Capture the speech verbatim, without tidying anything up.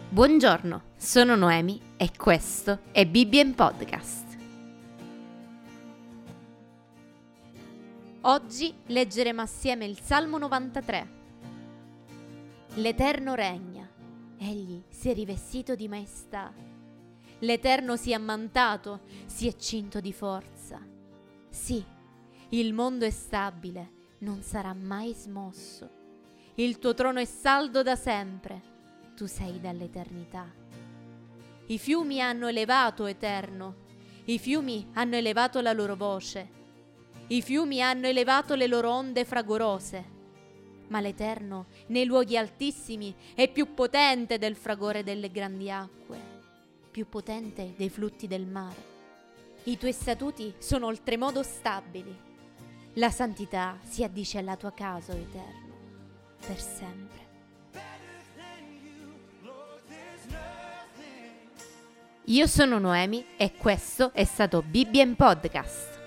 Buongiorno, sono Noemi e questo è Bibbia in Podcast. Oggi leggeremo assieme il Salmo novantatré. L'Eterno regna, egli si è rivestito di maestà. L'Eterno si è ammantato, si è cinto di forza. Sì, il mondo è stabile, non sarà mai smosso. Il tuo trono è saldo da sempre. Tu sei dall'eternità. I fiumi hanno elevato, Eterno, i fiumi hanno elevato la loro voce, i fiumi hanno elevato le loro onde fragorose, ma l'Eterno nei luoghi altissimi è più potente del fragore delle grandi acque, più potente dei flutti del mare. I tuoi statuti sono oltremodo stabili, la santità si addice alla tua casa, o Eterno, per sempre. Io sono Noemi e questo è stato Bibbia in Podcast.